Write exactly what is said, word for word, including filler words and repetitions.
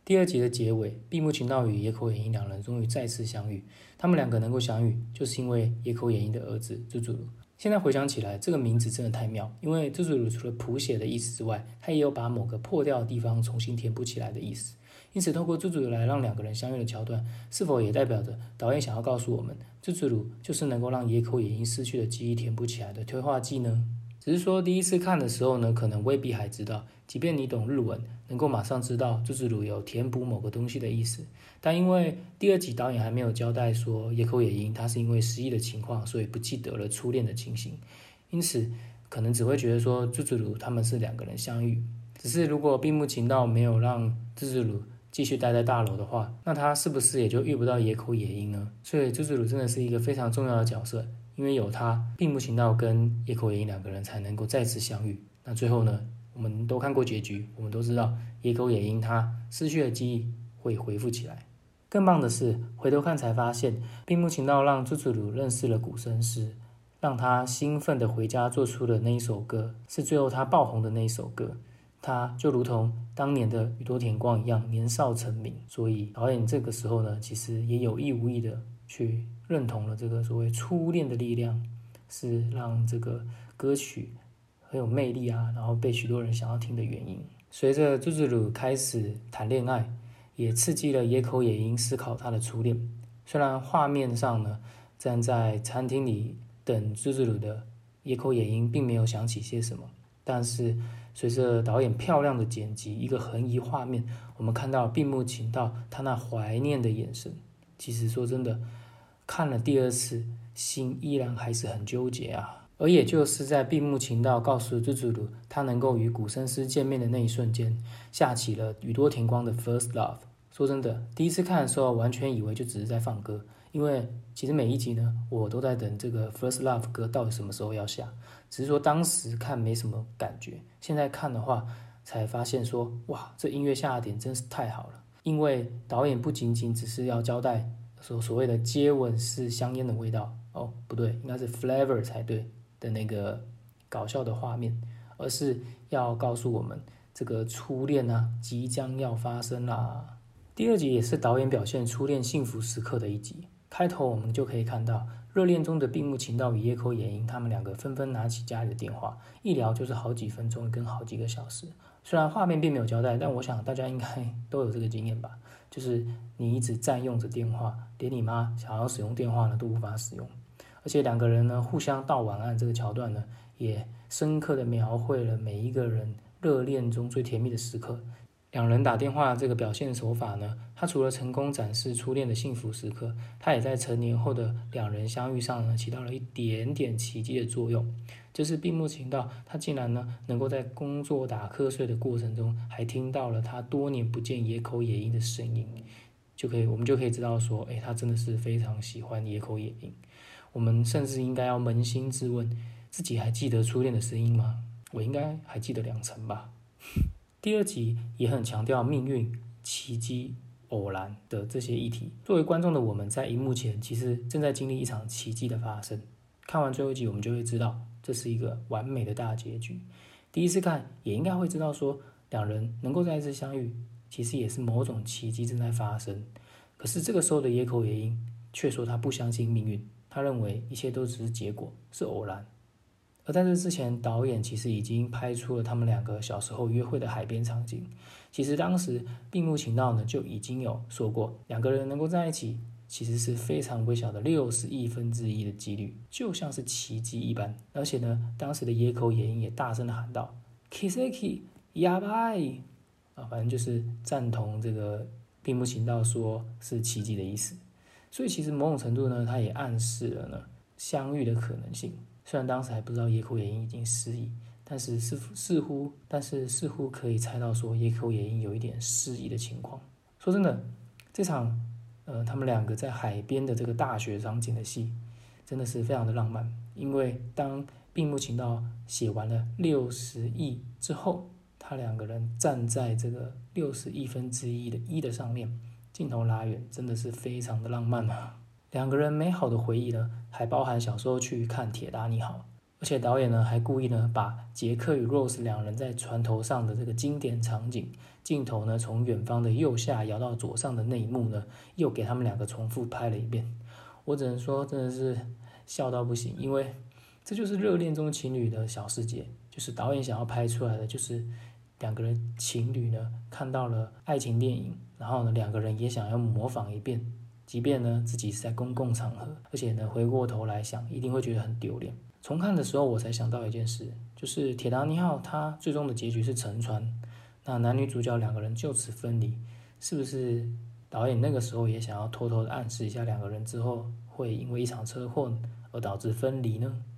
第二集的结尾，闭木晴道与野口演一两人终于再次相遇。他们两个能够相遇，就是因为野口演一的儿子朱朱鲁。现在回想起来，这个名字真的太妙，因为朱朱鲁除了谱写的意思之外，他也有把某个破掉的地方重新填补起来的意思。因此，透过朱朱鲁来让两个人相遇的桥段，是否也代表着导演想要告诉我们，朱朱鲁就是能够让野口演一失去的记忆填补起来的催化剂呢？只是说第一次看的时候呢，可能未必还知道，即便你懂日文，能够马上知道朱朱鲁有填补某个东西的意思，但因为第二集导演还没有交代说野口也英他是因为失忆的情况，所以不记得了初恋的情形，因此可能只会觉得说朱朱鲁他们是两个人相遇。只是如果闭木晴道没有让朱朱鲁继续待在大楼的话，那他是不是也就遇不到野口也英呢？所以朱朱鲁真的是一个非常重要的角色，因为有他，闭木晴道跟野口也英两个人才能够再次相遇。那最后呢，我们都看过结局，我们都知道野口也英他失去的记忆会恢复起来。更棒的是，回头看才发现，闭木晴道让朱朱鲁认识了古生师，让他兴奋的回家做出的那一首歌，是最后他爆红的那一首歌。他就如同当年的宇多田光一样年少成名，所以导演这个时候呢，其实也有意无意的去认同了这个所谓初恋的力量，是让这个歌曲很有魅力啊，然后被许多人想要听的原因。随着朱朱鲁开始谈恋爱，也刺激了野口也英思考他的初恋。虽然画面上呢，站在餐厅里等朱朱鲁的野口也英并没有想起些什么，但是随着导演漂亮的剪辑，一个横移画面，我们看到闭木晴道他那怀念的眼神。其实说真的，看了第二次，心依然还是很纠结啊。而也就是在闭木晴道告诉朱朱鲁他能够与古生师见面的那一瞬间，下起了宇多田光的 First Love。说真的，第一次看的时候完全以为就只是在放歌，因为其实每一集呢，我都在等这个 First Love 歌到底什么时候要下。只是说当时看没什么感觉，现在看的话才发现说，哇，这音乐下的点真是太好了。因为导演不仅仅只是要交代所所谓的接吻是香烟的味道，哦，不对，应该是 flavor 才对的那个搞笑的画面，而是要告诉我们这个初恋啊即将要发生啦。第二集也是导演表现初恋幸福时刻的一集。开头我们就可以看到热恋中的闭木晴道与野口也英他们两个纷纷拿起家里的电话，一聊就是好几分钟跟好几个小时。虽然画面并没有交代，但我想大家应该都有这个经验吧，就是你一直占用着电话，连你妈想要使用电话呢都无法使用。而且两个人呢互相道晚安这个桥段呢，也深刻的描绘了每一个人热恋中最甜蜜的时刻。两人打电话这个表现手法呢，他除了成功展示初恋的幸福时刻，他也在成年后的两人相遇上呢起到了一点点奇迹的作用。就是闭木晴道他竟然呢能够在工作打瞌睡的过程中，还听到了他多年不见野口也英的声音，就可以我们就可以知道说，哎，他真的是非常喜欢野口也英。我们甚至应该要扪心自问，自己还记得初恋的声音吗？我应该还记得两成吧。第二集也很强调命运、奇迹、偶然的这些议题。作为观众的我们，在荧幕前其实正在经历一场奇迹的发生。看完最后一集，我们就会知道这是一个完美的大结局。第一次看也应该会知道说，两人能够再次相遇，其实也是某种奇迹正在发生。可是这个时候的野口也英却说他不相信命运，他认为一切都只是结果，是偶然。而在这之前，导演其实已经拍出了他们两个小时候约会的海边场景。其实当时闭木晴道呢就已经有说过，两个人能够在一起，其实是非常微小的六十亿分之一的几率，就像是奇迹一般。而且呢，当时的野口也英也大声的喊道 ：“Kiseki やばい！”啊，反正就是赞同这个闭木晴道说是奇迹的意思。所以其实某种程度呢，他也暗示了呢相遇的可能性。虽然当时还不知道野口也英已经失忆，但是似乎似乎但是似乎可以猜到说野口也英有一点失忆的情况。说真的，这场呃他们两个在海边的这个大雪场景的戏，真的是非常的浪漫。因为当闭木晴道写完了六十亿之后，他两个人站在这个六十亿分之一的一的上面，镜头拉远，真的是非常的浪漫啊。两个人美好的回忆呢，还包含小时候去看《铁达尼号》， 而且导演呢还故意呢把杰克与 Rose 两人在船头上的这个经典场景，镜头呢从远方的右下摇到左上的那一幕呢，又给他们两个重复拍了一遍。我只能说真的是笑到不行，因为这就是热恋中情侣的小世界，就是导演想要拍出来的，就是两个人情侣呢看到了爱情电影，然后呢两个人也想要模仿一遍，即便呢自己是在公共场合，而且呢回过头来想一定会觉得很丢脸。重看的时候我才想到一件事，就是铁达尼号它最终的结局是沉船，那男女主角两个人就此分离，是不是导演那个时候也想要偷偷的暗示一下两个人之后会因为一场车祸而导致分离呢？